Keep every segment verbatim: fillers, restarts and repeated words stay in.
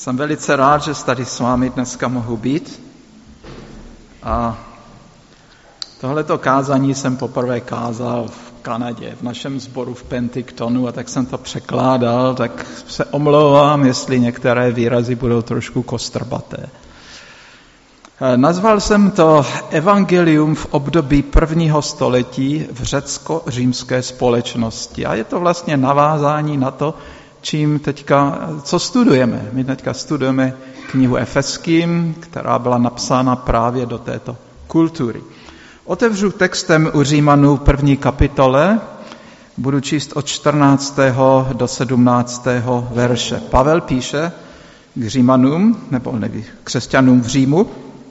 Jsem velice rád, že tady s vámi dneska mohu být. A tohleto kázání jsem poprvé kázal v Kanadě, v našem sboru v Pentictonu, a tak jsem to překládal, tak se omlouvám, jestli některé výrazy budou trošku kostrbaté. Nazval jsem to Evangelium v období prvního století v řecko-římské společnosti. A je to vlastně navázání na to, čím teďka, co studujeme. My teďka studujeme knihu Efeským, která byla napsána právě do této kultury. Otevřu textem u Římanů první kapitole, budu číst od čtrnáctého do sedmnáctého verše. Pavel píše k Římanům, nebo neví, křesťanům v Římu: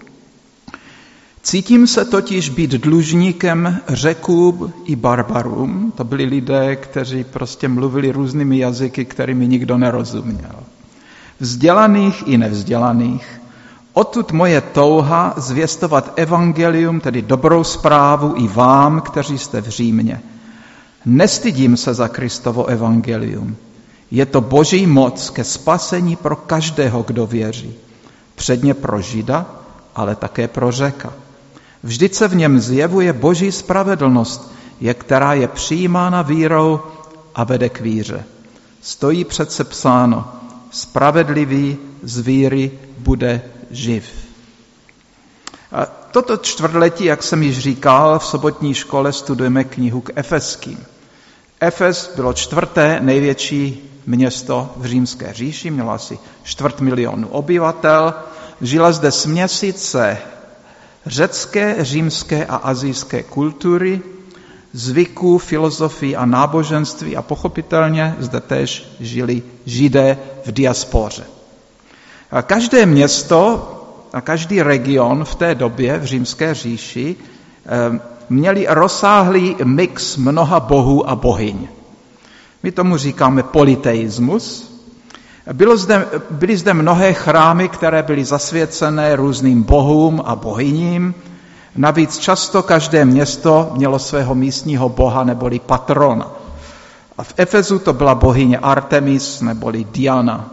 Cítím se totiž být dlužníkem Řekům i barbarům. To byli lidé, kteří prostě mluvili různými jazyky, kterými nikdo nerozuměl. Vzdělaných i nevzdělaných. Odtud moje touha zvěstovat evangelium, tedy dobrou zprávu i vám, kteří jste v Římě. Nestydím se za Kristovo evangelium. Je to boží moc ke spasení pro každého, kdo věří. Předně pro Žida, ale také pro Řeka. Vždyť se v něm zjevuje boží spravedlnost, je, která je přijímána vírou a vede k víře. Stojí přece psáno: spravedlivý z víry bude živ. A toto čtvrtletí, jak jsem již říkal, v sobotní škole studujeme knihu k Efeským. Efes bylo čtvrté největší město v římské říši, mělo asi čtvrt milionu obyvatel. Žila zde směsice řecké, římské a asijské kultury, zvyků, filozofii a náboženství, a pochopitelně zde též žili Židé v diaspoře. A každé město a každý region v té době v římské říši měli rozsáhlý mix mnoha bohů a bohyň. My tomu říkáme polyteismus. Bylo zde, byly zde mnohé chrámy, které byly zasvěcené různým bohům a bohyním. Navíc často každé město mělo svého místního boha neboli patrona. A v Efezu to byla bohyně Artemis neboli Diana.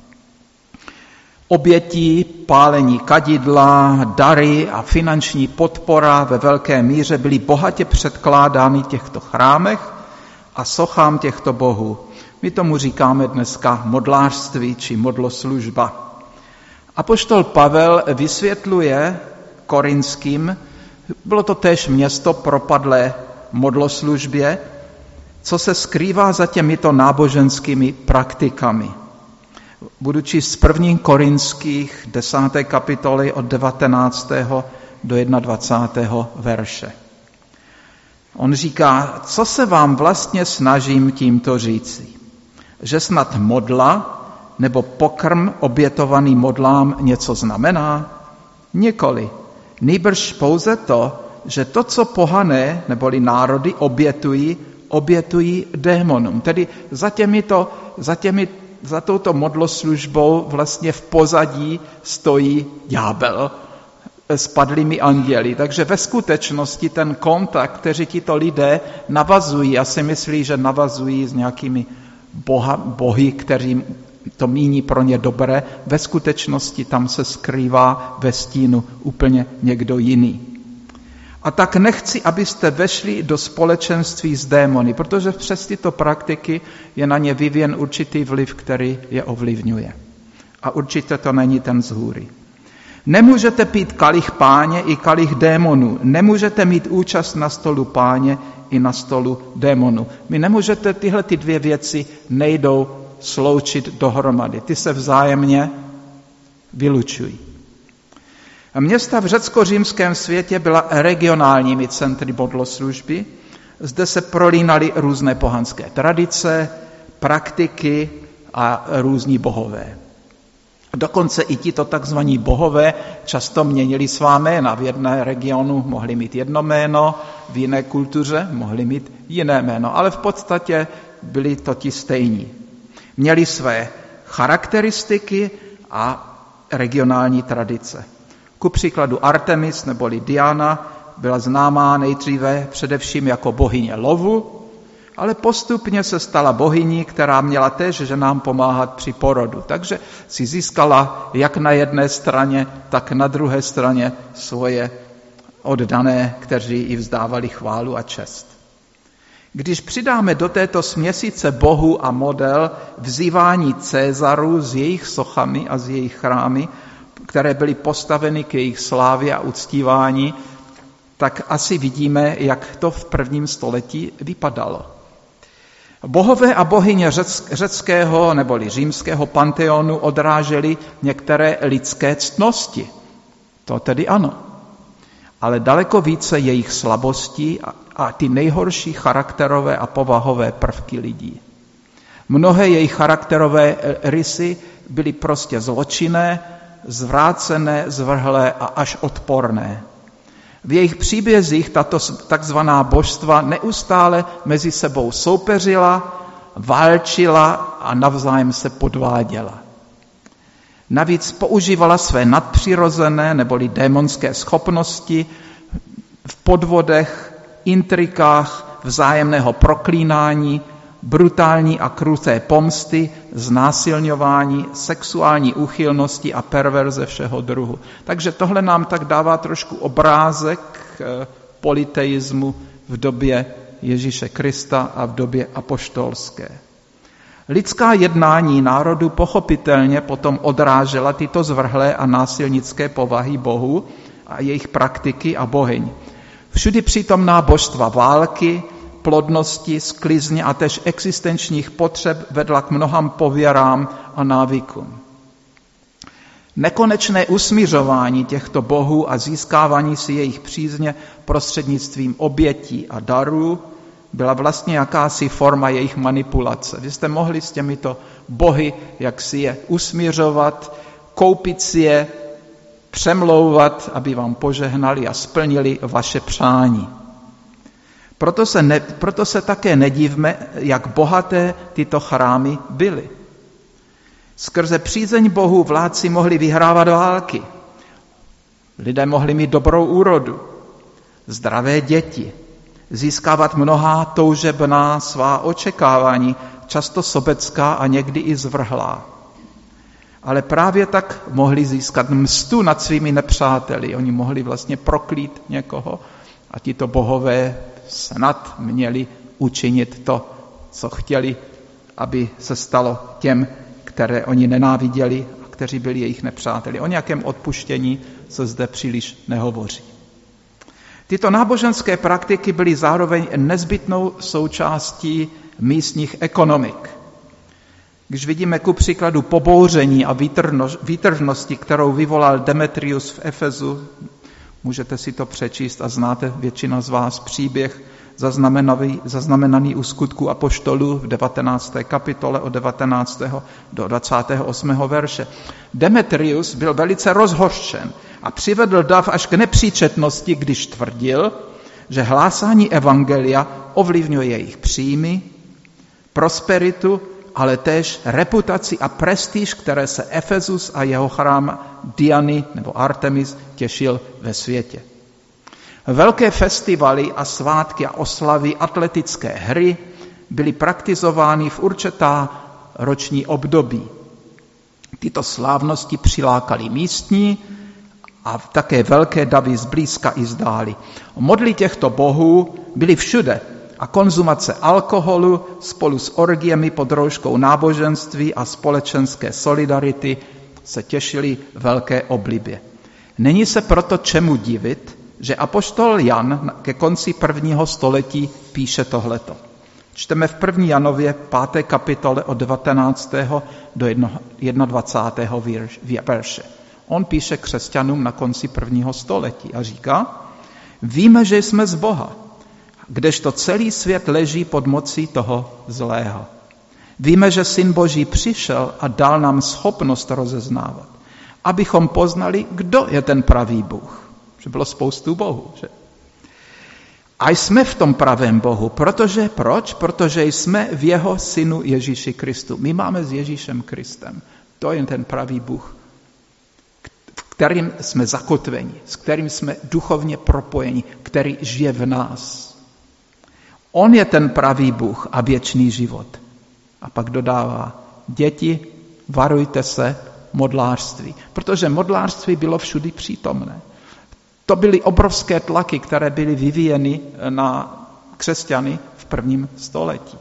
Obětí, pálení kadidla, dary a finanční podpora ve velké míře byly bohatě předkládány těchto chrámech a sochám těchto bohů. My tomu říkáme dneska modlářství či modloslužba. Apoštol Pavel vysvětluje Korinským, bylo to též město propadlé modloslužbě, co se skrývá za těmito náboženskými praktikami. Budu číst z první Korinských desáté kapitoly od devatenáctého do dvacátého prvního verše. On říká: co se vám vlastně snažím tímto říci? Že snad modla nebo pokrm obětovaný modlám něco znamená? Nikoli. Nýbrž pouze to, že to, co pohané neboli národy obětují, obětují démonům. Tedy za těmito, za těmi, za touto modloslužbou vlastně v pozadí stojí ďábel s padlými anděli. Takže ve skutečnosti ten kontakt, kteří tito lidé navazují, já si myslí, že navazují s nějakými boha, bohy, kteří to míní pro ně dobré, ve skutečnosti tam se skrývá ve stínu úplně někdo jiný. A tak nechci, abyste vešli do společenství s démony, protože přes tyto praktiky je na ně vyvíjen určitý vliv, který je ovlivňuje. A určitě to není ten z hůry. Nemůžete pít kalich páně i kalich démonů. Nemůžete mít účast na stolu páně i na stolu démonů. My nemůžete, tyhle ty dvě věci nejdou sloučit dohromady. Ty se vzájemně vylučují. A města v řecko-římském světě byla regionálními centry modloslužby. Zde se prolínaly různé pohanské tradice, praktiky a různí bohové. Dokonce i tito takzvaní bohové často měnili svá jména. V jedné regionu mohli mít jedno jméno, v jiné kultuře mohli mít jiné jméno, ale v podstatě byli to ti stejní. Měli své charakteristiky a regionální tradice. Ku příkladu Artemis neboli Diana byla známá nejdříve především jako bohyně lovu, ale postupně se stala bohyní, která měla též ženám pomáhat při porodu. Takže si získala jak na jedné straně, tak na druhé straně svoje oddané, kteří jí vzdávali chválu a čest. Když přidáme do této směsice bohu a model vzývání Cézarů s jejich sochami a s jejich chrámy, které byly postaveny k jejich slávě a uctívání, tak asi vidíme, jak to v prvním století vypadalo. Bohové a bohyně řeckého neboli římského panteonu odrážely některé lidské ctnosti. To tedy ano. Ale daleko více jejich slabostí a ty nejhorší charakterové a povahové prvky lidí. Mnohé jejich charakterové rysy byly prostě zločinné, zvrácené, zvrhlé a až odporné. V jejich příbězích tato takzvaná božstva neustále mezi sebou soupeřila, válčila a navzájem se podváděla. Navíc používala své nadpřirozené neboli démonské schopnosti v podvodech, intrikách, vzájemného proklínání, brutální a kruté pomsty, znásilňování, sexuální úchylnosti a perverze všeho druhu. Takže tohle nám tak dává trošku obrázek politeismu v době Ježíše Krista a v době apoštolské. Lidská jednání národu pochopitelně potom odrážela tyto zvrhlé a násilnické povahy bohů a jejich praktiky a bohyň. Všudy přítomná božstva války, plodnosti, sklizně a též existenčních potřeb vedla k mnoham pověrám a návykům. Nekonečné usmířování těchto bohů a získávání si jejich přízně prostřednictvím obětí a darů byla vlastně jakási forma jejich manipulace. Vy jste mohli s těmito bohy, jak si je usmířovat, koupit si je, přemlouvat, aby vám požehnali a splnili vaše přání. Proto se, ne, proto se také nedívme, jak bohaté tyto chrámy byly. Skrze přízeň bohů vládci mohli vyhrávat války. Lidé mohli mít dobrou úrodu, zdravé děti, získávat mnohá toužebná svá očekávání, často sobecká a někdy i zvrhlá. Ale právě tak mohli získat mstu nad svými nepřáteli. Oni mohli vlastně proklít někoho a tito bohové snad měli učinit to, co chtěli, aby se stalo těm, které oni nenáviděli a kteří byli jejich nepřáteli. O nějakém odpuštění se zde příliš nehovoří. Tyto náboženské praktiky byly zároveň nezbytnou součástí místních ekonomik. Když vidíme ku příkladu pobouření a výtržnosti, kterou vyvolal Demetrius v Efezu, můžete si to přečíst a znáte většina z vás příběh zaznamenaný, zaznamenaný u Skutků apoštolů v devatenácté kapitole od devatenáctého do dvacátého osmého verše. Demetrius byl velice rozhořčen a přivedl dav až k nepříčetnosti, když tvrdil, že hlásání evangelia ovlivňuje jejich příjmy, prosperitu, ale též reputaci a prestiž, které se Efezus a jeho chrám Diany nebo Artemis těšil ve světě. Velké festivaly a svátky a oslavy, atletické hry byly praktizovány v určitá roční období. Tyto slávnosti přilákaly místní a také velké davy zblízka i zdáli. Modly těchto bohů byly všude a konzumace alkoholu spolu s orgiemi pod rouškou náboženství a společenské solidarity se těšily velké oblibě. Není se proto čemu divit, že apoštol Jan ke konci prvního století píše tohleto. Čteme v první Janově páté kapitole od devatenáctého do dvacátého prvního verše. On píše křesťanům na konci prvního století a říká: víme, že jsme z Boha, kdežto celý svět leží pod mocí toho zlého. Víme, že Syn Boží přišel a dal nám schopnost rozeznávat, abychom poznali, kdo je ten pravý Bůh. Že bylo spoustu bohů, že? A jsme v tom pravém Bohu, protože, proč? Protože jsme v jeho Synu Ježíši Kristu. My máme s Ježíšem Kristem. To je ten pravý Bůh, v kterým jsme zakotveni, s kterým jsme duchovně propojeni, který žije v nás. On je ten pravý Bůh a věčný život. A pak dodává, děti, varujte se modlářství, protože modlářství bylo všudy přítomné. To byly obrovské tlaky, které byly vyvíjeny na křesťany v prvním století.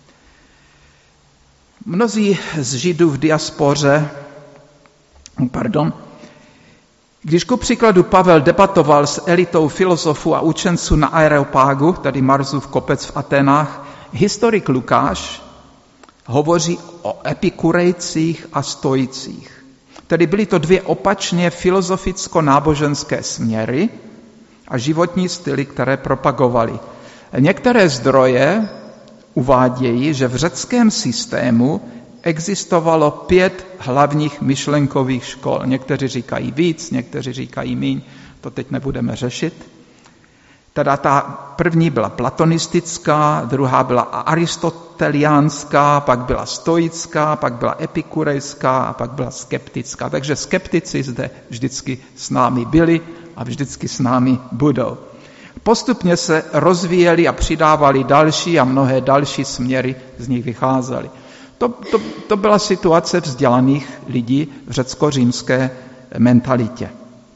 Mnozí z Židů v diaspoře, pardon, když ku příkladu Pavel debatoval s elitou filozofů a učenců na Areopágu, tedy Marsův kopec v Aténách, historik Lukáš hovoří o epikurejcích a stoicích. Tedy byly to dvě opačně filozoficko-náboženské směry a životní styly, které propagovali. Některé zdroje uvádějí, že v řeckém systému existovalo pět hlavních myšlenkových škol. Někteří říkají víc, někteří říkají míň, to teď nebudeme řešit. Teda ta první byla platonistická, druhá byla aristoteliánská, pak byla stoická, pak byla epikurejská a pak byla skeptická. Takže skeptici zde vždycky s námi byli a vždycky s námi budou. Postupně se rozvíjely a přidávali další a mnohé další směry z nich vycházely. To, to, to byla situace vzdělaných lidí v řecko-římské mentalitě.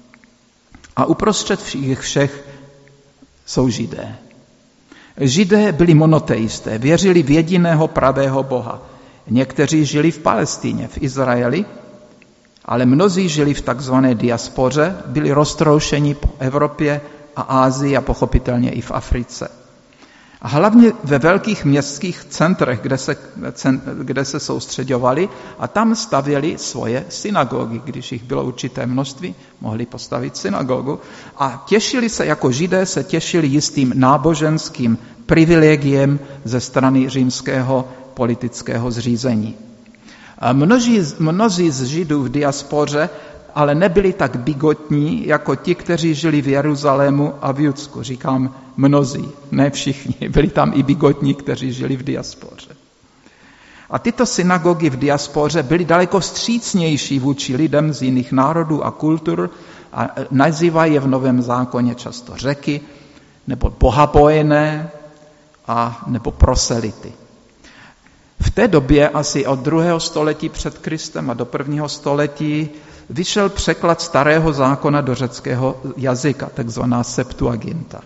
A uprostřed všech všech jsou Židé. Židé byli monoteisté, věřili v jediného pravého Boha. Někteří žili v Palestíně, v Izraeli, ale mnozí žili v takzvané diaspoře, byli roztroušeni po Evropě a Asii a pochopitelně i v Africe. A hlavně ve velkých městských centrech, kde se, kde se soustředovali a tam stavěli svoje synagogy. Když jich bylo určité množství, mohli postavit synagogu. A těšili se, jako Židé se těšili jistým náboženským privilegiem ze strany římského politického zřízení. A mnozí, mnozí z Židů v diaspoře ale nebyli tak bigotní, jako ti, kteří žili v Jeruzalému a v Judsku. Říkám mnozí, ne všichni. Byli tam i bigotní, kteří žili v diaspoře. A tyto synagogy v diaspoře byly daleko vstřícnější vůči lidem z jiných národů a kultur a nazývají je v Novém zákoně často řeky, nebo bohabojné, a nebo proselity. V té době, asi od druhého století před Kristem a do prvního století, vyšel překlad Starého zákona do řeckého jazyka, takzvaná Septuaginta.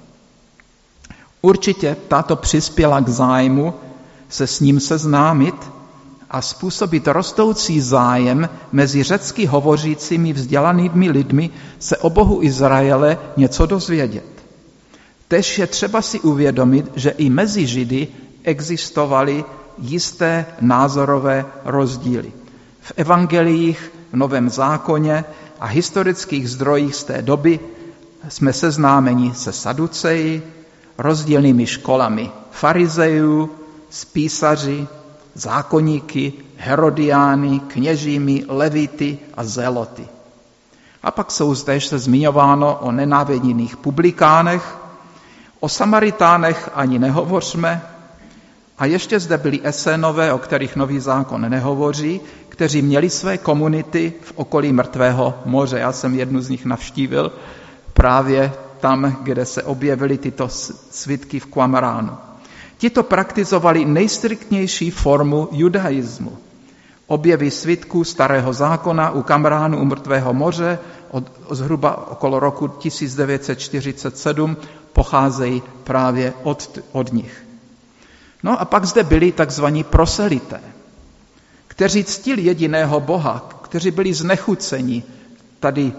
Určitě tato přispěla k zájmu se s ním seznámit a způsobit rostoucí zájem mezi řecky hovořícími vzdělanými lidmi se o Bohu Izraele něco dozvědět. Tež je třeba si uvědomit, že i mezi Židy existovaly jisté názorové rozdíly. V evangeliích, v Novém zákoně a historických zdrojích z té doby jsme seznámeni se Saduceji, rozdílnými školami farizejů, s písaři, zákoníky, herodiány, kněžími, levity a zéloty. A pak jsou zde ještě zmiňováno o nenáviděných publikánech, o Samaritánech ani nehovořme, a ještě zde byli Esénové, o kterých Nový zákon nehovoří, kteří měli své komunity v okolí Mrtvého moře. Já jsem jednu z nich navštívil právě tam, kde se objevily tyto svitky v Qumránu. Tito praktizovali nejstriktnější formu judaismu. Objevy svitků Starého zákona u Qumránu u Mrtvého moře od zhruba okolo roku tisíc devět set čtyřicet sedm pocházejí právě od, od nich. No a pak zde byli takzvaní proselité, kteří ctili jediného Boha, kteří byli znechuceni tady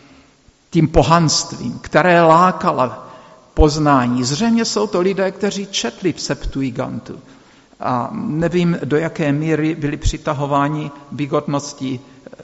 tím pohanstvím, které lákala poznání. Zřejmě jsou to lidé, kteří četli v Septuagintu. A nevím, do jaké míry byli přitahováni bigotností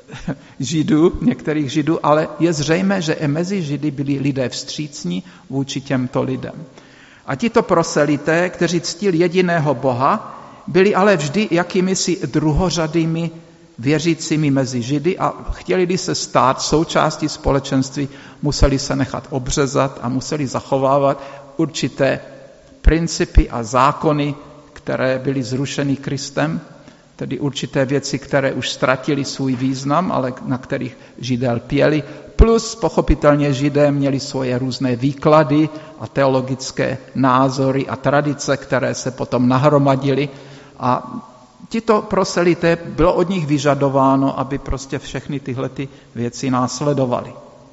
Židů, některých Židů, ale je zřejmé, že i mezi Židy byli lidé vstřícní vůči těmto lidem. A tito proselité, kteří ctili jediného Boha, byli ale vždy jakýmisi druhořadými věřícími mezi Židy a chtěli se stát součástí společenství, museli se nechat obřezat a museli zachovávat určité principy a zákony, které byly zrušeny Kristem, tedy určité věci, které už ztratily svůj význam, ale na kterých Židé lpěli, plus pochopitelně Židé měli svoje různé výklady a teologické názory a tradice, které se potom nahromadily a tito proselité, bylo od nich vyžadováno, aby prostě všechny tyhle ty věci následovali.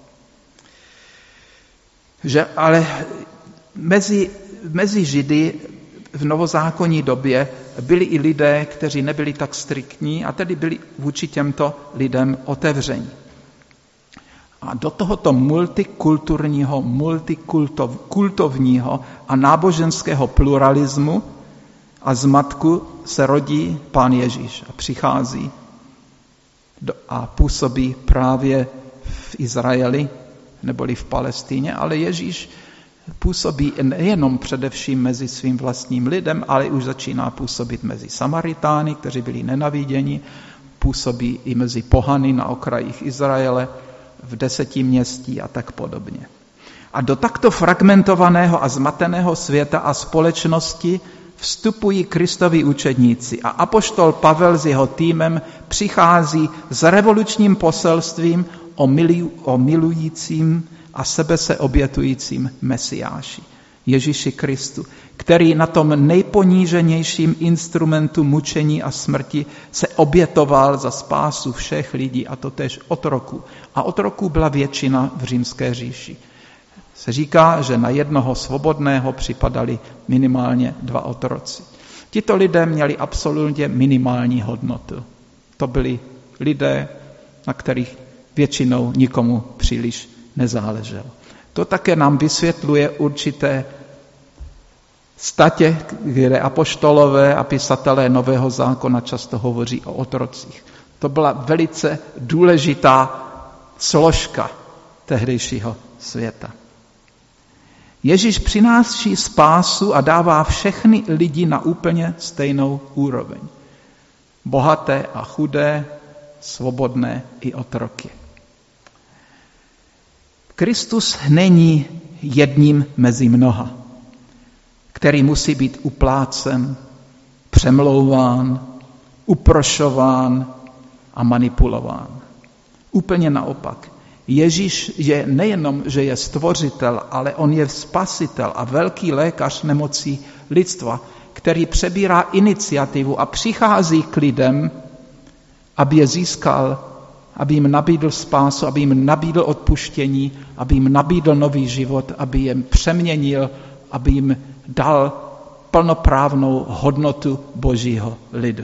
Že ale mezi, mezi Židy v novozákonní době byli i lidé, kteří nebyli tak striktní a tedy byli vůči těmto lidem otevření. A do tohoto multikulturního, multikultovního a náboženského pluralismu a zmatku se rodí Pán Ježíš a přichází a působí právě v Izraeli, neboli v Palestíně, ale Ježíš působí nejenom především mezi svým vlastním lidem, ale už začíná působit mezi Samaritány, kteří byli nenaviděni, působí i mezi pohany na okrajích Izraele, v desetiměstí a tak podobně. A do takto fragmentovaného a zmateného světa a společnosti vstupují Kristovi učedníci a apoštol Pavel s jeho týmem přichází s revolučním poselstvím o, milu, o milujícím a sebe se obětujícím Mesiáši, Ježíši Kristu, který na tom nejponíženějším instrumentu mučení a smrti se obětoval za spásu všech lidí, a to též otroků. A otroků byla většina v římské říši. Se říká, že na jednoho svobodného připadali minimálně dva otroci. Tito lidé měli absolutně minimální hodnotu. To byli lidé, na kterých většinou nikomu příliš nezáleželo. To také nám vysvětluje určité statě, kde apoštolové a pisatelé Nového zákona často hovoří o otrocích. To byla velice důležitá složka tehdejšího světa. Ježíš přináší spásu a dává všechny lidi na úplně stejnou úroveň. Bohaté a chudé, svobodné i otroky. Kristus není jedním mezi mnoha, který musí být uplácen, přemlouván, uprošován a manipulován. Úplně naopak. Ježíš je nejenom, že je stvořitel, ale on je spasitel a velký lékař nemocí lidstva, který přebírá iniciativu a přichází k lidem, aby je získal, aby jim nabídl spásu, aby jim nabídl odpuštění, aby jim nabídl nový život, aby je přeměnil, aby jim dal plnoprávnou hodnotu Božího lidu.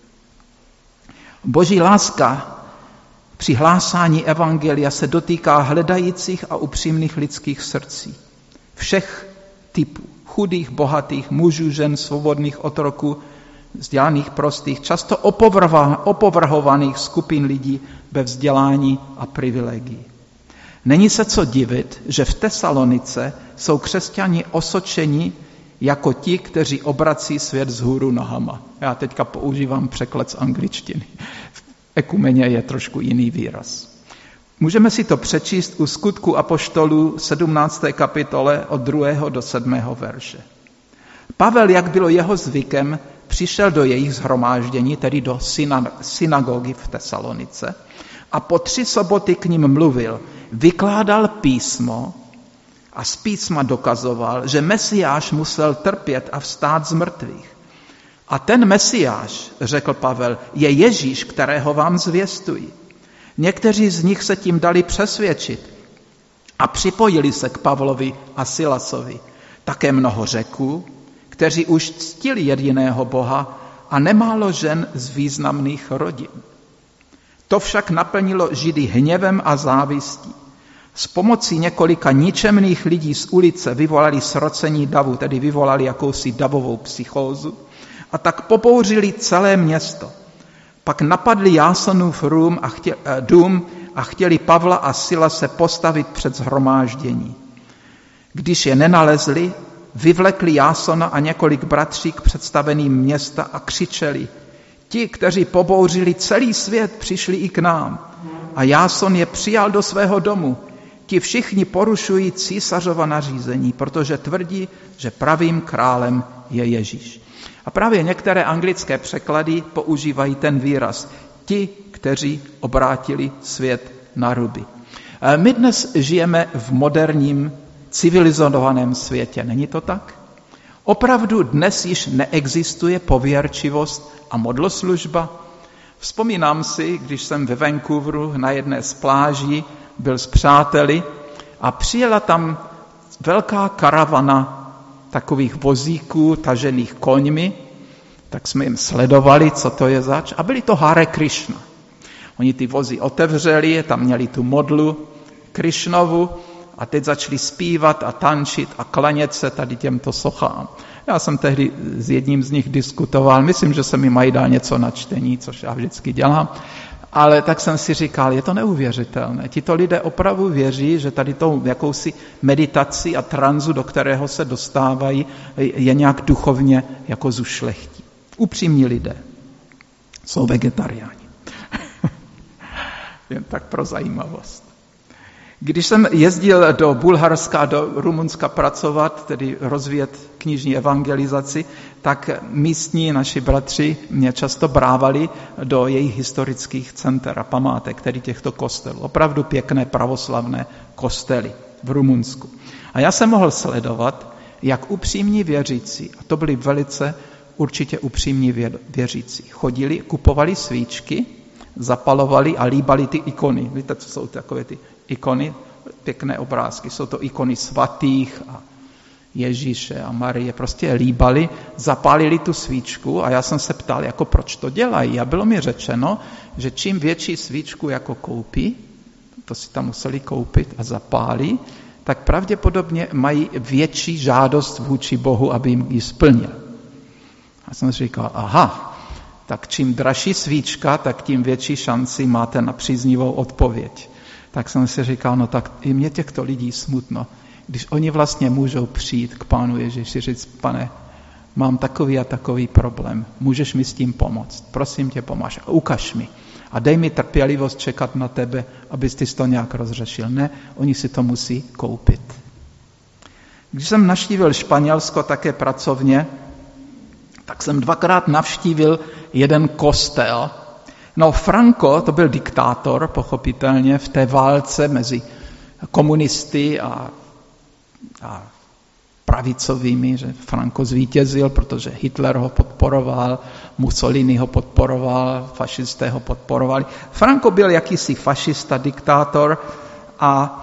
Boží láska při hlásání evangelia se dotýká hledajících a upřímných lidských srdcí. Všech typů. Chudých, bohatých, mužů, žen, svobodných otroků, vzdělaných, prostých, často opovrhovaných skupin lidí bez vzdělání a privilegií. Není se co divit, že v Tesalonice jsou křesťani osočeni jako ti, kteří obrací svět vzhůru nohama. Já teďka používám překlad z angličtiny. V ekumeně je trošku jiný výraz. Můžeme si to přečíst u Skutku apoštolů sedmnácté kapitole od druhého do sedmého verše. Pavel, jak bylo jeho zvykem, přišel do jejich shromáždění, tedy do synagogy v Tesalonice, a po tři soboty k nim mluvil, vykládal písmo a z písma dokazoval, že Mesiáš musel trpět a vstát z mrtvých. A ten Mesiáš, řekl Pavel, je Ježíš, kterého vám zvěstují. Někteří z nich se tím dali přesvědčit a připojili se k Pavlovi a Silasovi. Také mnoho Řeků, kteří už ctili jediného Boha a nemálo žen z významných rodin. To však naplnilo Židy hněvem a závistí. S pomocí několika ničemných lidí z ulice vyvolali srocení davu, tedy vyvolali jakousi davovou psychózu, a tak pobouřili celé město. Pak napadli Jásonův dům a, chtěli, dům a chtěli Pavla a Sila se postavit před shromáždění. Když je nenalezli, vyvlekli Jásona a několik bratří k představeným města a křičeli: ti, kteří pobouřili celý svět, přišli i k nám. A Jáson je přijal do svého domu. Ti všichni porušují císařova nařízení, protože tvrdí, že pravým králem je Ježíš. A právě některé anglické překlady používají ten výraz: ti, kteří obrátili svět na ruby. My dnes žijeme v moderním, civilizovaném světě, není to tak? Opravdu dnes již neexistuje pověrčivost a modloslužba. Vzpomínám si, když jsem ve Vancouveru na jedné z pláží byl s přáteli a přijela tam velká karavana takových vozíků tažených koňmi, tak jsme jim sledovali, co to je zač. A byli to Hare Krishna. Oni ty vozy otevřeli, tam měli tu modlu Krishnovu a teď začali zpívat a tančit a klanět se tady těmto sochám. Já jsem tehdy s jedním z nich diskutoval, myslím, že se mi mají dát něco na čtení, což já vždycky dělám, ale tak jsem si říkal, je to neuvěřitelné. Tito lidé opravdu věří, že tady tou jakousi meditaci a tranzu, do kterého se dostávají, je nějak duchovně jako zušlechtí. Upřímní lidé. Jsou vegetariáni. Jen tak pro zajímavost. Když jsem jezdil do Bulharska a do Rumunska pracovat, tedy rozvíjet knižní evangelizaci, tak místní naši bratři mě často brávali do jejich historických center a památek, tedy těchto kostelů. Opravdu pěkné pravoslavné kostely v Rumunsku. A já jsem mohl sledovat, jak upřímní věřící, a to byli velice určitě upřímní věřící, chodili, kupovali svíčky, zapalovali a líbali ty ikony. Víte, co jsou takové ty ikony? Pěkné obrázky. Jsou to ikony svatých a Ježíše a Marie. Prostě je líbali, zapálili tu svíčku a já jsem se ptal, jako proč to dělají. A bylo mi řečeno, že čím větší svíčku jako koupí, to si tam museli koupit a zapálí, tak pravděpodobně mají větší žádost vůči Bohu, aby jim ji splnil. A jsem si říkal, aha, tak čím dražší svíčka, tak tím větší šanci máte na příznivou odpověď. Tak jsem si říkal, no tak i mě těchto lidí smutno, když oni vlastně můžou přijít k Pánu Ježíši, říct, pane, mám takový a takový problém, můžeš mi s tím pomoct, prosím tě, pomáš, ukaž mi a dej mi trpělivost čekat na tebe, abys ty to nějak rozřešil. Ne, oni si to musí koupit. Když jsem navštívil Španělsko také pracovně, tak jsem dvakrát navštívil jeden kostel. No Franco, to byl diktátor, pochopitelně, v té válce mezi komunisty a, a pravicovými, že Franco zvítězil, protože Hitler ho podporoval, Mussolini ho podporoval, fašisté ho podporovali. Franco byl jakýsi fašista, diktátor a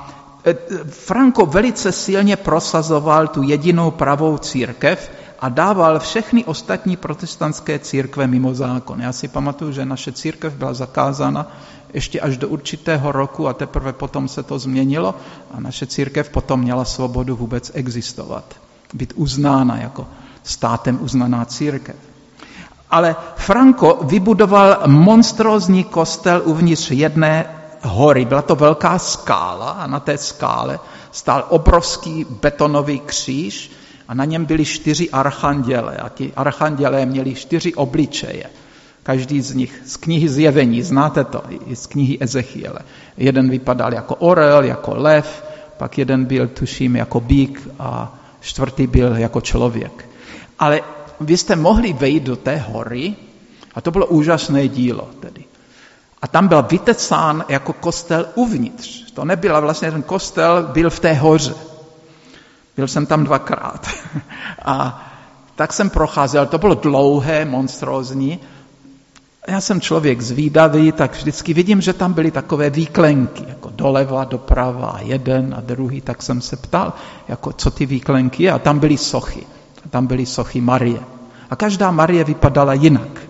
Franco velice silně prosazoval tu jedinou pravou církev a dával všechny ostatní protestantské církve mimo zákon. Já si pamatuju, že naše církev byla zakázána ještě až do určitého roku a teprve potom se to změnilo a naše církev potom měla svobodu vůbec existovat, být uznána jako státem uznaná církev. Ale Franco vybudoval monstrózní kostel uvnitř jedné hory. Byla to velká skála a na té skále stál obrovský betonový kříž a na něm byli čtyři archanděle a ti archandělé měli čtyři obličeje. Každý z nich z knihy Zjevení, znáte to, i z knihy Ezechiele. Jeden vypadal jako orel, jako lev, pak jeden byl, tuším, jako býk a čtvrtý byl jako člověk. Ale vy jste mohli vejít do té hory a to bylo úžasné dílo tedy. A tam byl vytecán jako kostel uvnitř. To nebyla vlastně, ten kostel byl v té hoře. Byl jsem tam dvakrát. A tak jsem procházel, to bylo dlouhé, monstrózní. Já jsem člověk zvídavý, tak vždycky vidím, že tam byly takové výklenky, jako doleva, doprava, jeden a druhý, tak jsem se ptal, jako co ty výklenky, a tam byly sochy. A tam byly sochy Marie. A každá Marie vypadala jinak.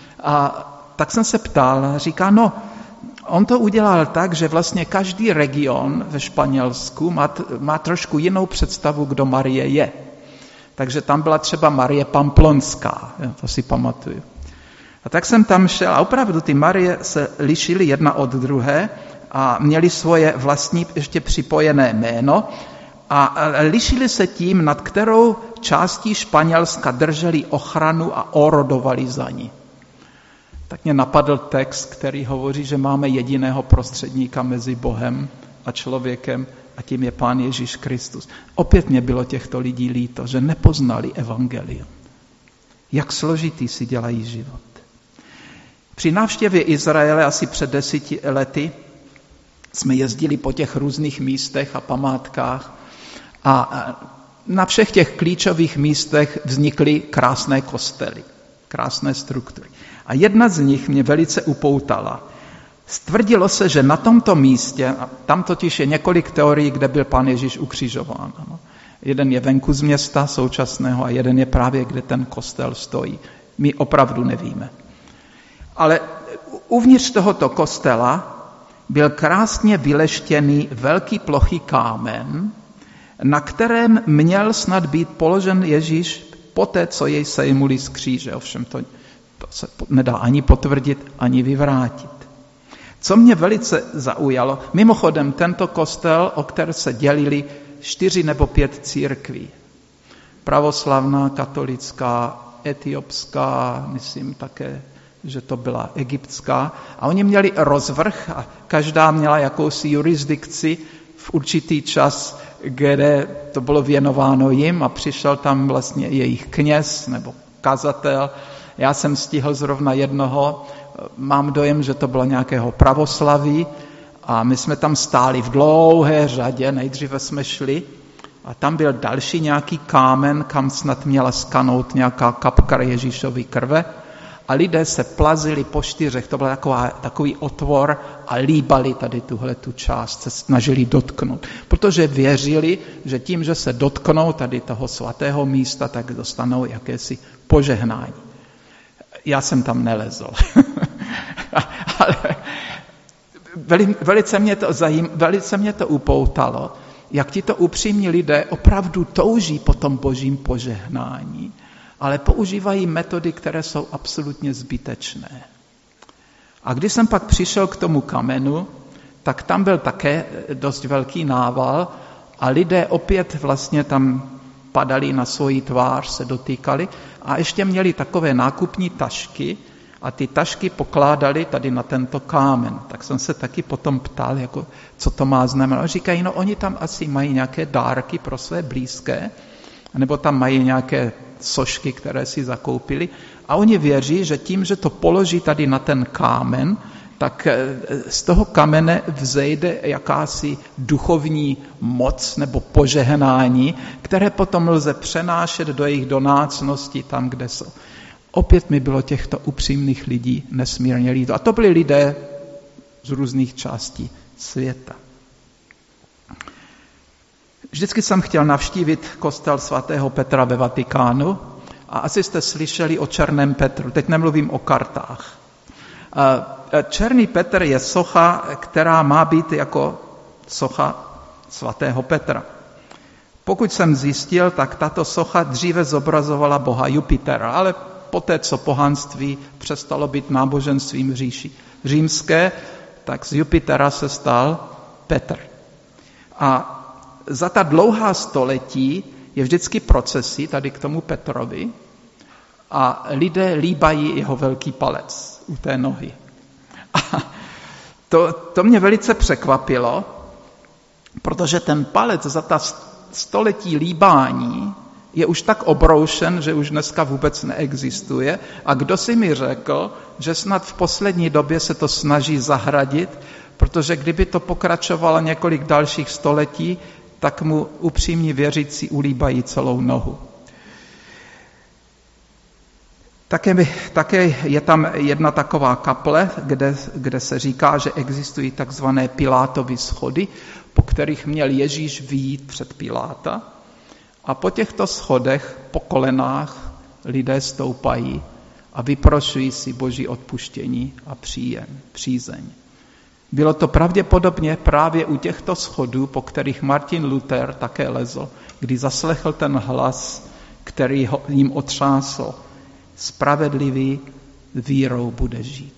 A tak jsem se ptal, říká, no, on to udělal tak, že vlastně každý region ve Španělsku má, má trošku jinou představu, kdo Marie je. Takže tam byla třeba Marie Pamplonská, to si pamatuju. A tak jsem tam šel a opravdu ty Marie se lišily jedna od druhé a měly svoje vlastní ještě připojené jméno a lišily se tím, nad kterou částí Španělska drželi ochranu a orodovali za ní. Tak mě napadl text, který hovoří, že máme jediného prostředníka mezi Bohem a člověkem a tím je Pán Ježíš Kristus. Opět mě bylo těchto lidí líto, že nepoznali evangelium. Jak složitý si dělají život. Při návštěvě Izraele asi před deseti lety jsme jezdili po těch různých místech a památkách a na všech těch klíčových místech vznikly krásné kostely, krásné struktury. A jedna z nich mě velice upoutala. Stvrdilo se, že na tomto místě, a tam totiž je několik teorií, kde byl Pán Ježíš ukřižován. No. Jeden je venku z města současného a jeden je právě, kde ten kostel stojí. My opravdu nevíme. Ale uvnitř tohoto kostela byl krásně vyleštěný velký plochý kámen, na kterém měl snad být položen Ježíš poté, co jej sejmuli z kříže. Ovšem to, to se nedá ani potvrdit, ani vyvrátit. Co mě velice zaujalo, mimochodem tento kostel, o který se dělili čtyři nebo pět církví. Pravoslavná, katolická, etiopská, myslím také, že to byla egyptská. A oni měli rozvrh a každá měla jakousi jurisdikci v určitý čas, kde to bylo věnováno jim a přišel tam vlastně jejich kněz nebo kazatel. Já jsem stihl zrovna jednoho, mám dojem, že to bylo nějakého pravoslaví a my jsme tam stáli v dlouhé řadě, nejdříve jsme šli a tam byl další nějaký kámen, kam snad měla skanout nějaká kapka Ježíšovy krve a lidé se plazili po čtyřech, to byl taková, takový otvor a líbali tady tuhle tu část, se snažili dotknout, protože věřili, že tím, že se dotknou tady toho svatého místa, tak dostanou jakési požehnání. Já jsem tam nelezl. Ale velice mě, to zajím, velice mě to upoutalo, jak tito upřímní lidé opravdu touží po tom božím požehnání, ale používají metody, které jsou absolutně zbytečné. A když jsem pak přišel k tomu kamenu, tak tam byl také dost velký nával a lidé opět vlastně tam padali na svoji tvář, se dotýkali a ještě měli takové nákupní tašky a ty tašky pokládali tady na tento kámen. Tak jsem se taky potom ptal, jako, co to má znamenat. Říkají, no oni tam asi mají nějaké dárky pro své blízké, nebo tam mají nějaké sošky, které si zakoupili a oni věří, že tím, že to položí tady na ten kámen, tak z toho kamene vzejde jakási duchovní moc nebo požehnání, které potom lze přenášet do jejich domácností tam, kde jsou. Opět mi bylo těchto upřímných lidí nesmírně líto. A to byli lidé z různých částí světa. Vždycky jsem chtěl navštívit kostel svatého Petra ve Vatikánu a asi jste slyšeli o Černém Petru. Teď nemluvím o kartách. Černý Petr je socha, která má být jako socha svatého Petra. Pokud jsem zjistil, tak tato socha dříve zobrazovala boha Jupitera, ale poté, co pohanství přestalo být náboženstvím říši římské, tak z Jupitera se stal Petr. A za ta dlouhá století je vždycky procesí tady k tomu Petrovi a lidé líbají jeho velký palec u té nohy. A to, to mě velice překvapilo, protože ten palec za ta století líbání je už tak obroušen, že už dneska vůbec neexistuje. A kdo si mi řekl, že snad v poslední době se to snaží zahradit, protože kdyby to pokračovalo několik dalších století, tak mu upřímní věřící ulíbají celou nohu. Také, by, také je tam jedna taková kaple, kde, kde se říká, že existují takzvané Pilátovy schody, po kterých měl Ježíš vyjít před Piláta. A po těchto schodech, po kolenách, lidé stoupají a vyprošují si boží odpuštění a příjem, přízeň. Bylo to pravděpodobně právě u těchto schodů, po kterých Martin Luther také lezl, kdy zaslechl ten hlas, který ho, jim otřásl. Spravedlivý vírou bude žít.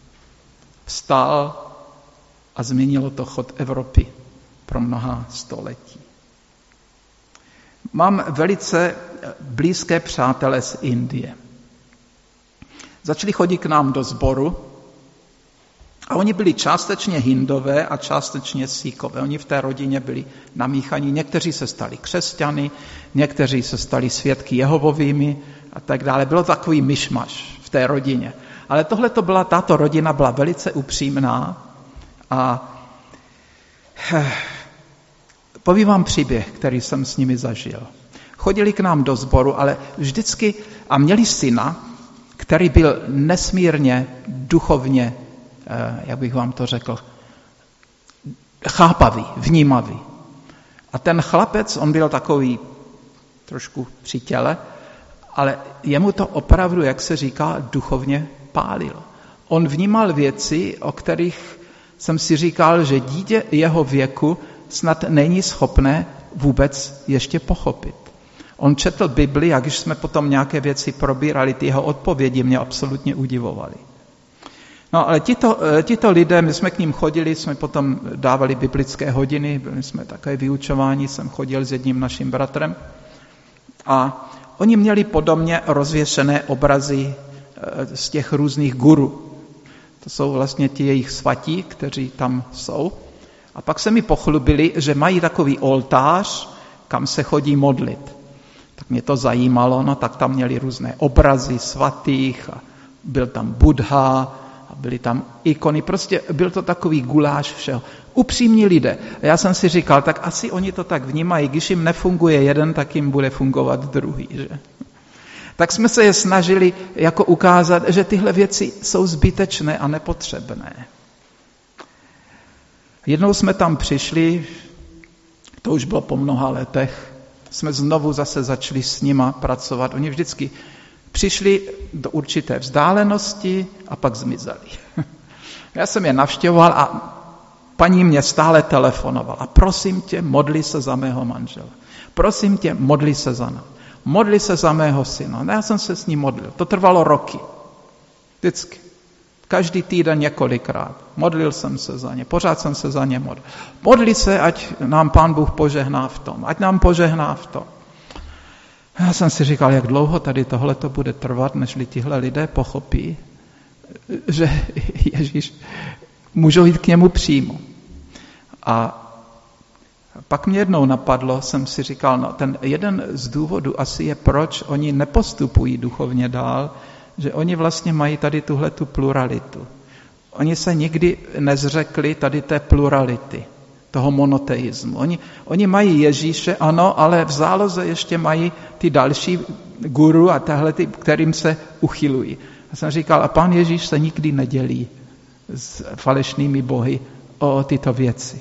Vstal a změnilo to chod Evropy pro mnoha století. Mám velice blízké přátele z Indie. Začali chodit k nám do sboru a oni byli částečně Hindové a částečně Síkové. Oni v té rodině byli namíchaní. Někteří se stali křesťany, někteří se stali svědky Jehovovými a tak dále. Bylo takový myšmaš v té rodině. Ale tohle to byla, tato rodina byla velice upřímná a Povím vám příběh, který jsem s nimi zažil. Chodili k nám do sboru, ale vždycky, a měli syna, který byl nesmírně duchovně, jak bych vám to řekl, chápavý, vnímavý. A ten chlapec, on byl takový trošku při těle, ale jemu to opravdu, jak se říká, duchovně pálilo. On vnímal věci, o kterých jsem si říkal, že dítě jeho věku snad není schopné vůbec ještě pochopit. On četl Bibli a když jsme potom nějaké věci probírali, ty jeho odpovědi mě absolutně udivovaly. No ale tito, tito lidé, my jsme k ním chodili, jsme potom dávali biblické hodiny, byli jsme také vyučováni, jsem chodil s jedním naším bratrem a oni měli podobně rozvěšené obrazy z těch různých guru. To jsou vlastně ti jejich svatí, kteří tam jsou. A pak se mi pochlubili, že mají takový oltář, kam se chodí modlit. Tak mě to zajímalo, no tak tam měli různé obrazy svatých a byl tam Buddha a byly tam ikony. Prostě byl to takový guláš všeho. Upřímní lidé. A já jsem si říkal, tak asi oni to tak vnímají, když jim nefunguje jeden, tak jim bude fungovat druhý, že? Tak jsme se je snažili jako ukázat, že tyhle věci jsou zbytečné a nepotřebné. Jednou jsme tam přišli, to už bylo po mnoha letech, jsme znovu zase začali s nima pracovat. Oni vždycky přišli do určité vzdálenosti a pak zmizeli. Já jsem je navštěvoval a paní mě stále telefonovala. Prosím tě, modli se za mého manžela. Prosím tě, modli se za nás. Modli se za mého syna. No, já jsem se s ním modlil. To trvalo roky. Vždycky. Každý týden několikrát. Modlil jsem se za ně. Pořád jsem se za ně modlil. Modli se, ať nám Pán Bůh požehná v tom. Ať nám požehná v tom. Já jsem si říkal, jak dlouho tady tohle to bude trvat, nežli tihle lidé pochopí, že Ježíš můžou jít k němu přímo. A pak mě jednou napadlo, jsem si říkal, no ten jeden z důvodů asi je, proč oni nepostupují duchovně dál, že oni vlastně mají tady tuhletu pluralitu. Oni se nikdy nezřekli tady té plurality, toho monoteismu. Oni, oni mají Ježíše, ano, ale v záloze ještě mají ty další guru a tahle, ty, kterým se uchylují. Já jsem říkal, a Pán Ježíš se nikdy nedělí s falešnými bohy o tyto věci.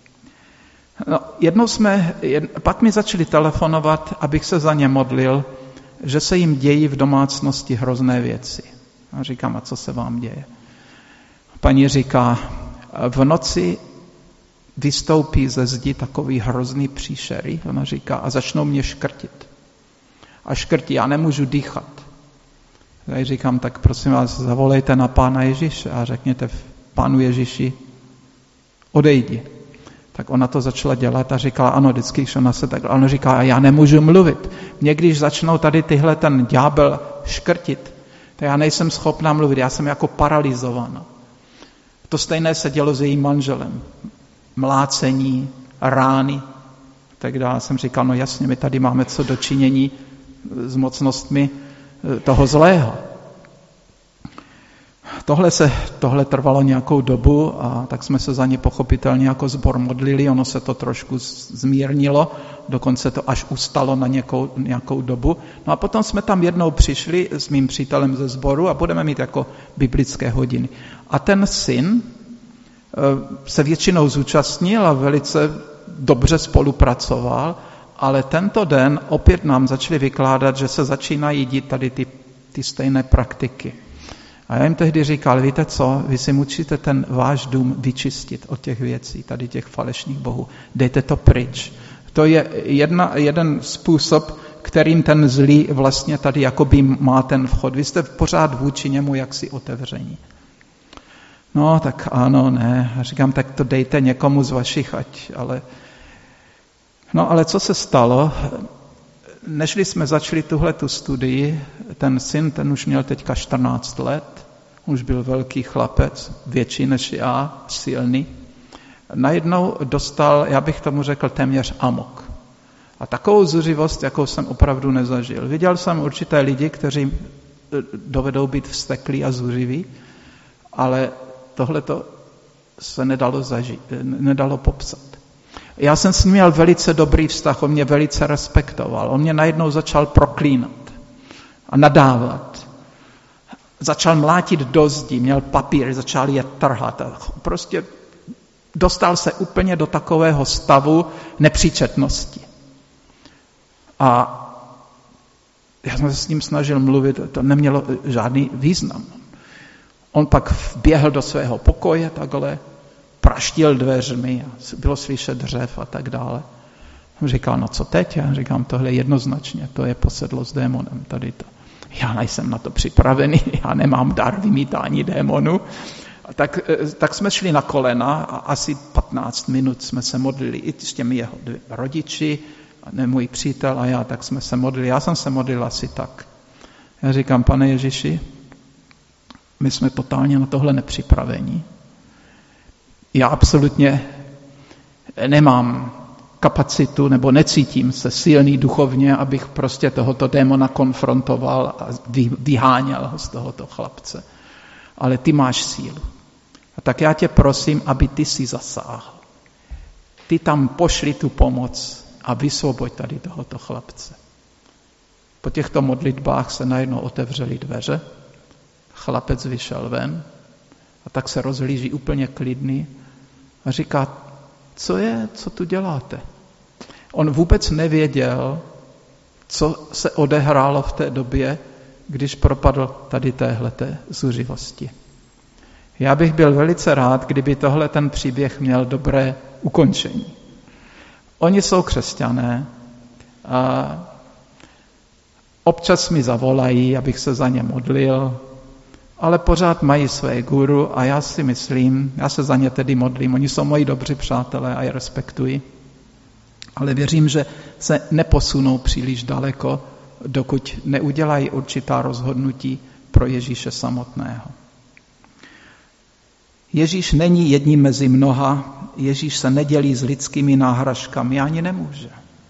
No, jednou jsme, jed, pak mi začali telefonovat, abych se za ně modlil, že se jim dějí v domácnosti hrozné věci. A říkám, a co se vám děje? Paní říká, v noci vystoupí ze zdi takový hrozný příšery, ona říká, a začnou mě škrtit. A škrtí, já nemůžu dýchat. Já říkám, tak prosím vás, zavolejte na Pána Ježíše a řekněte Pánu Ježíši, odejdi. Tak ona to začala dělat a říkala, ano, vždycky, když ona se tak, ona říká, a já nemůžu mluvit. Mě, když začnou tady tyhle ten ďábel škrtit, tak já nejsem schopná mluvit, já jsem jako paralizovaná. To stejné se dělo s jejím manželem. Mlácení, rány, tak dále. Jsem říkal, no jasně, my tady máme co dočinění s mocnostmi toho zlého. Tohle, se, tohle trvalo nějakou dobu a tak jsme se za ně pochopitelně jako sbor modlili, ono se to trošku zmírnilo, dokonce to až ustalo na nějakou, nějakou dobu. No a potom jsme tam jednou přišli s mým přítelem ze sboru a budeme mít jako biblické hodiny. A ten syn se většinou zúčastnil a velice dobře spolupracoval, ale tento den opět nám začali vykládat, že se začínají dít tady ty, ty stejné praktiky. A já jim tehdy říkal, víte co, vy si musíte ten váš dům vyčistit od těch věcí, tady těch falešných bohů. Dejte to pryč. To je jedna, jeden způsob, kterým ten zlý vlastně tady jakoby má ten vchod. Vy jste pořád vůči němu jaksi otevření. No, tak ano, ne. A říkám, tak to dejte někomu z vašich, ať, ale... No, ale co se stalo? Nežli jsme začali tuhletu studii, ten syn, ten už měl teďka čtrnáct let, už byl velký chlapec, větší než já, silný. Najednou dostal, já bych tomu řekl, téměř amok. A takovou zuřivost, jakou jsem opravdu nezažil. Viděl jsem určité lidi, kteří dovedou být vzteklí a zuřiví, ale tohleto se nedalo, zaži- nedalo popsat. Já jsem s ním měl velice dobrý vztah, on mě velice respektoval. On mě najednou začal proklínat a nadávat. Začal mlátit do zdí, měl papír, začal je trhat. A prostě dostal se úplně do takového stavu nepříčetnosti. A já jsem se s ním snažil mluvit, to nemělo žádný význam. On pak běhl do svého pokoje takhle, praštil dveřmi, bylo slyšet dřev a tak dále. On říkal, no co teď? Já říkám, tohle jednoznačně, to je posedlo s démonem, tady to. Já nejsem na to připravený, já nemám dar vymítání démonu. A tak, tak jsme šli na kolena a asi patnáct minut jsme se modlili i s těmi jeho rodiči, ne můj přítel a já, tak jsme se modlili. Já jsem se modlil asi tak. Já říkám, pane Ježíši, my jsme totálně na tohle nepřipravení. Já absolutně nemám kapacitu nebo necítím se silný duchovně, abych prostě tohoto démona konfrontoval a vyháněl ho z tohoto chlapce. Ale ty máš sílu. A tak já tě prosím, aby ty si zasáhl. Ty tam pošli tu pomoc a vysvoboď tady tohoto chlapce. Po těchto modlitbách se najednou otevřely dveře, chlapec vyšel ven a tak se rozhlíží úplně klidný a říká, co je, co tu děláte? On vůbec nevěděl, co se odehrálo v té době, když propadl tady téhleté zuřivosti. Já bych byl velice rád, kdyby tohle ten příběh měl dobré ukončení. Oni jsou křesťané a občas mi zavolají, abych se za ně modlil, ale pořád mají své guru a já si myslím, já se za ně tedy modlím, oni jsou moji dobří přátelé a je respektuji, ale věřím, že se neposunou příliš daleko, dokud neudělají určitá rozhodnutí pro Ježíše samotného. Ježíš není jedním mezi mnoha, Ježíš se nedělí s lidskými náhražkami, ani nemůže.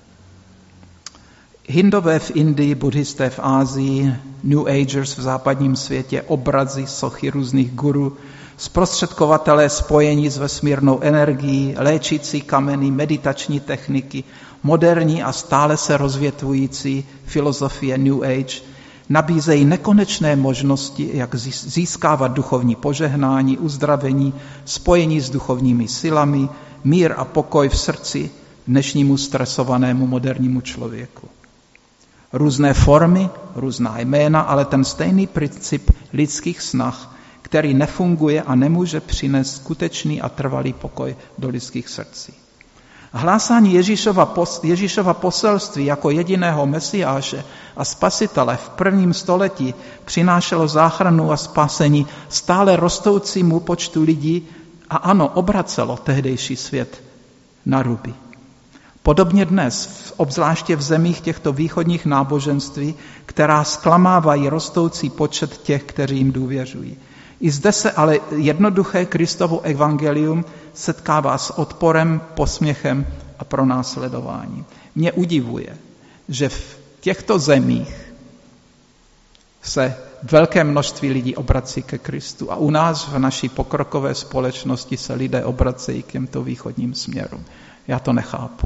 Hindové v Indii, buddhisté v Ázii, New Agers v západním světě, obrazy, sochy různých guru, zprostředkovatelé spojení s vesmírnou energií, léčící kameny, meditační techniky, moderní a stále se rozvětvující filozofie New Age nabízejí nekonečné možnosti, jak získávat duchovní požehnání, uzdravení, spojení s duchovními silami, mír a pokoj v srdci dnešnímu stresovanému modernímu člověku. Různé formy, různá jména, ale ten stejný princip lidských snah, který nefunguje a nemůže přinést skutečný a trvalý pokoj do lidských srdcí. Hlásání Ježíšova, pos, Ježíšova poselství jako jediného mesiáše a spasitele v prvním století přinášelo záchranu a spasení stále rostoucímu počtu lidí a ano, obracelo tehdejší svět na ruby. Podobně dnes, obzvláště v zemích těchto východních náboženství, která zklamávají rostoucí počet těch, kteří jim důvěřují. I zde se ale jednoduché Kristovo evangelium setkává s odporem, posměchem a pronásledováním. Mě udivuje, že v těchto zemích se velké množství lidí obrací ke Kristu a u nás v naší pokrokové společnosti se lidé obracejí k těmto východním směrům. Já to nechápu.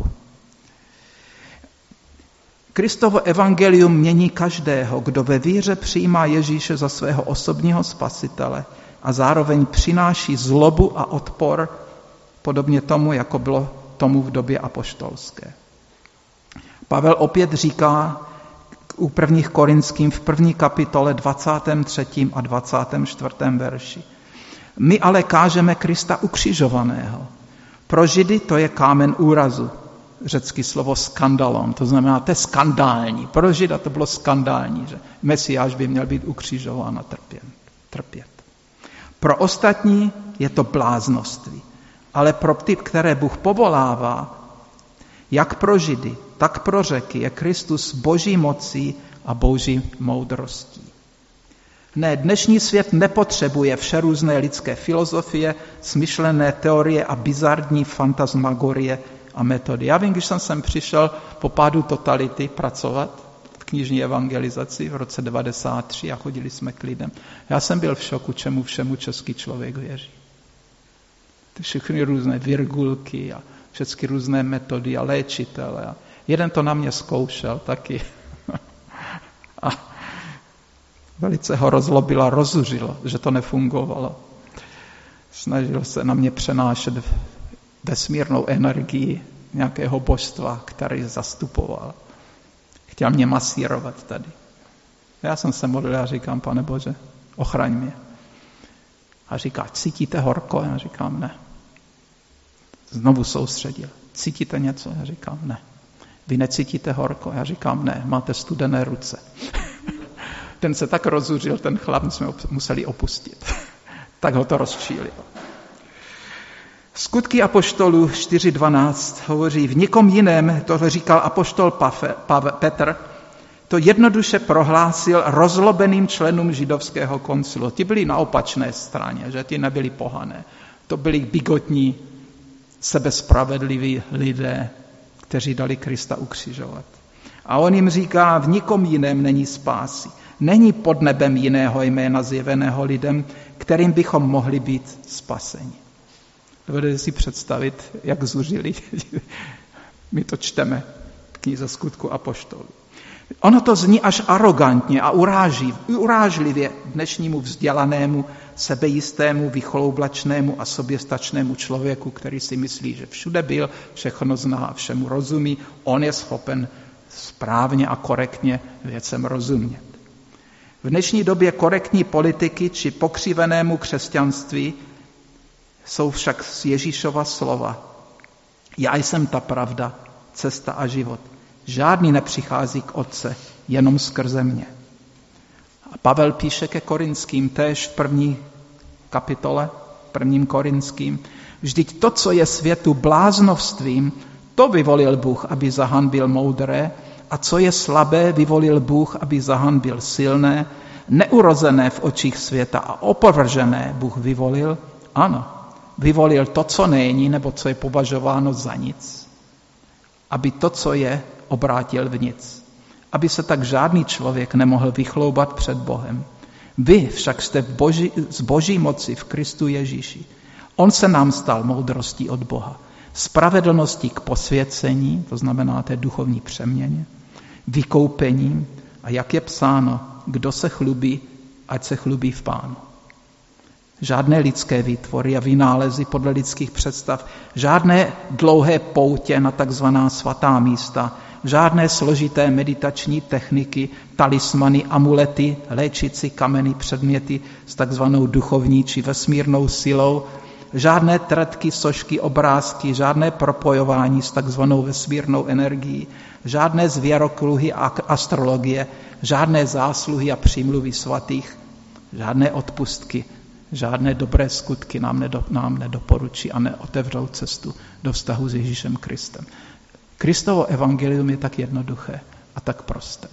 Kristovo evangelium mění každého, kdo ve víře přijímá Ježíše za svého osobního spasitele a zároveň přináší zlobu a odpor, podobně tomu, jako bylo tomu v době apoštolské. Pavel opět říká u prvních Korinským v první kapitole dvacátém třetím a dvacátém čtvrtém verši. My ale kážeme Krista ukřižovaného. Pro Židy to je kámen úrazu. Řecké slovo skandalon, to znamená, to je skandální. Pro Žida to bylo skandální, že Mesiáš by měl být ukřižován a trpět. trpět. Pro ostatní je to bláznoství, ale pro ty, které Bůh povolává, jak pro Židy, tak pro Řeky, je Kristus boží mocí a boží moudrostí. Ne, dnešní svět nepotřebuje všerůzné lidské filozofie, smyšlené teorie a bizarní fantasmagorie a metody. Já vím, když jsem sem přišel po pádu totality pracovat v knižní evangelizaci v roce devadesát tři a chodili jsme k lidem. Já jsem byl v šoku, čemu všemu český člověk věří. Ty všechny různé virgulky a všechny různé metody a léčitele. A jeden to na mě zkoušel taky. A velice ho rozlobil a rozuřilo, že to nefungovalo. Snažil se na mě přenášet vesmírnou energii nějakého božstva, který zastupoval. Chtěl mě masírovat tady. Já jsem se modlil a říkám, Pane Bože, ochraň mě. A říká, cítíte horko? Já říkám, ne. Znovu soustředil. Cítíte něco? Já říkám, ne. Vy necítíte horko? Já říkám, ne. Máte studené ruce. Ten se tak rozuřil, ten chlap, my jsme museli opustit. Tak ho to rozčílilo. Skutky apoštolů čtyři dvanáct hovoří, v nikom jiném, to říkal apoštol Petr, to jednoduše prohlásil rozlobeným členům židovského koncilu. Ti byli na opačné straně, že ti nebyli pohané. To byli bigotní, sebespravedliví lidé, kteří dali Krista ukřižovat. A on jim říká, v nikom jiném není spásy. Není pod nebem jiného jména zjeveného lidem, kterým bychom mohli být spaseni. Dovedete si představit, jak zuřili. My to čteme v knize Skutku apoštolů. Ono to zní až arogantně a uráží, urážlivě dnešnímu vzdělanému, sebejistému, vychloublačnému a soběstačnému člověku, který si myslí, že všude byl, všechno zná a všemu rozumí. On je schopen správně a korektně věcem rozumět. V dnešní době korektní politiky či pokřivenému křesťanství jsou však z Ježíšova slova. Já jsem ta pravda, cesta a život. Žádný nepřichází k Otci, jenom skrze mě. A Pavel píše ke Korinským též v první kapitole, prvním Korinským. Vždyť to, co je světu bláznovstvím, to vyvolil Bůh, aby zahanbil moudré, a co je slabé, vyvolil Bůh, aby zahanbil silné, neurozené v očích světa a opovržené Bůh vyvolil, ano, vyvolil to, co není, nebo co je považováno za nic, aby to, co je, obrátil v nic. Aby se tak žádný člověk nemohl vychloubat před Bohem. Vy však jste v boží, z boží moci v Kristu Ježíši. On se nám stal moudrostí od Boha. Spravedlností k posvěcení, to znamená té duchovní přeměně, vykoupením a jak je psáno, kdo se chlubí, ať se chlubí v Pánu. Žádné lidské výtvory a vynálezy podle lidských představ, žádné dlouhé poutě na takzvaná svatá místa, žádné složité meditační techniky, talismany, amulety, léčicí kameny, předměty s takzvanou duchovní či vesmírnou silou, žádné tretky, sošky, obrázky, žádné propojování s takzvanou vesmírnou energií, žádné zvěrokruhy a astrologie, žádné zásluhy a přímluvy svatých, žádné odpustky, žádné dobré skutky nám, nedo, nám nedoporučí a neotevřou cestu do vztahu s Ježíšem Kristem. Kristovo evangelium je tak jednoduché a tak prosté.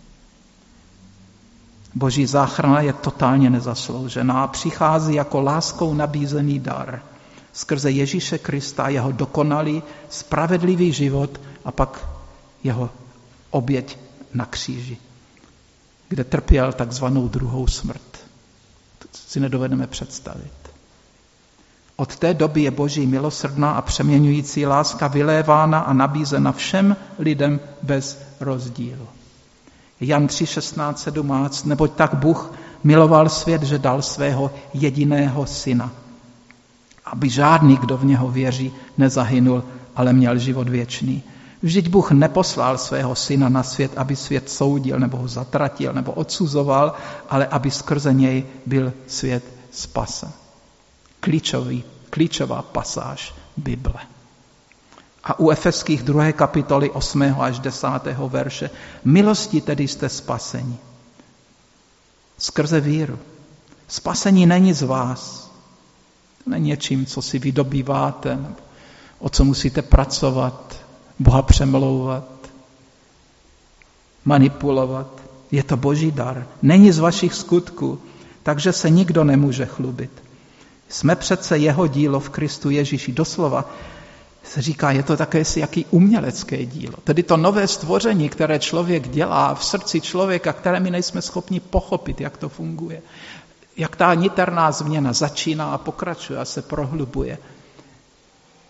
Boží záchrana je totálně nezasloužená a přichází jako láskou nabízený dar skrze Ježíše Krista, jeho dokonalý, spravedlivý život a pak jeho oběť na kříži, kde trpěl takzvanou druhou smrt. To si nedovedeme představit. Od té doby je Boží milosrdná a přeměňující láska vylévána a nabízena všem lidem bez rozdílu. Jan tři šestnáct sedmnáct, neboť tak Bůh miloval svět, že dal svého jediného syna, aby žádný, kdo v něho věří, nezahynul, ale měl život věčný. Vždyť Bůh neposlal svého syna na svět, aby svět soudil, nebo ho zatratil, nebo odsuzoval, ale aby skrze něj byl svět spasen. Klíčový, klíčová pasáž Bible. A u Efeských druhé kapitoly osmého až desátého verše. Milosti tedy jste spaseni. Skrze víru. Spasení není z vás. To není něčím, co si vydobýváte, nebo o co musíte pracovat, Boha přemlouvat, manipulovat. Je to Boží dar. Není z vašich skutků, takže se nikdo nemůže chlubit. Jsme přece jeho dílo v Kristu Ježíši. Doslova se říká, je to také si jaký umělecké dílo. Tedy to nové stvoření, které člověk dělá v srdci člověka, které my nejsme schopni pochopit, jak to funguje. Jak ta niterná změna začíná a pokračuje a se prohlubuje.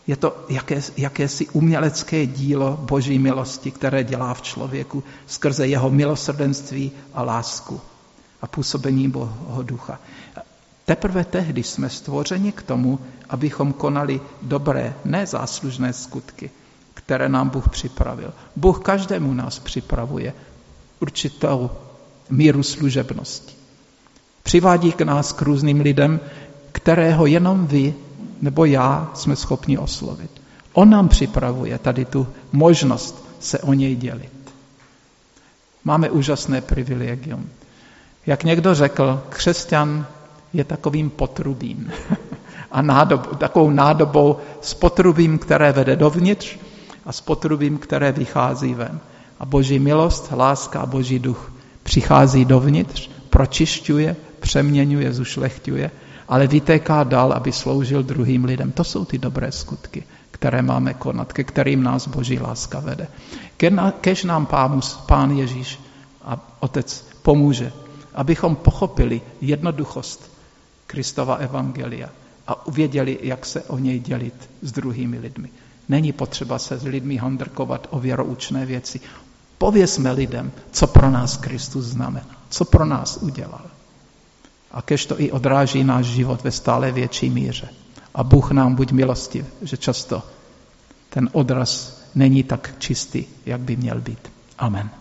Je to jaké, jakési umělecké dílo Boží milosti, které dělá v člověku skrze jeho milosrdenství a lásku a působení Božího ducha. Teprve tehdy jsme stvořeni k tomu, abychom konali dobré, nezáslužné skutky, které nám Bůh připravil. Bůh každému nás připravuje určitou míru služebnosti. Přivádí k nás k různým lidem, kterého jenom vy nebo já jsme schopni oslovit. On nám připravuje tady tu možnost se o něj dělit. Máme úžasné privilegium. Jak někdo řekl, křesťan je takovým potrubím a nádob, takovou nádobou s potrubím, které vede dovnitř a s potrubím, které vychází ven. A Boží milost, láska a Boží duch přichází dovnitř, pročišťuje, přeměňuje, zušlechťuje, ale vytéká dál, aby sloužil druhým lidem. To jsou ty dobré skutky, které máme konat, ke kterým nás Boží láska vede. Kež nám Pán Ježíš a Otec pomůže, abychom pochopili jednoduchost Kristova evangelia a uvěděli, jak se o něj dělit s druhými lidmi. Není potřeba se s lidmi handrkovat o věroučné věci. Povězme lidem, co pro nás Kristus znamená, co pro nás udělal. A kež to i odráží náš život ve stále větší míře. A Bůh nám buď milostiv, že často ten odraz není tak čistý, jak by měl být. Amen.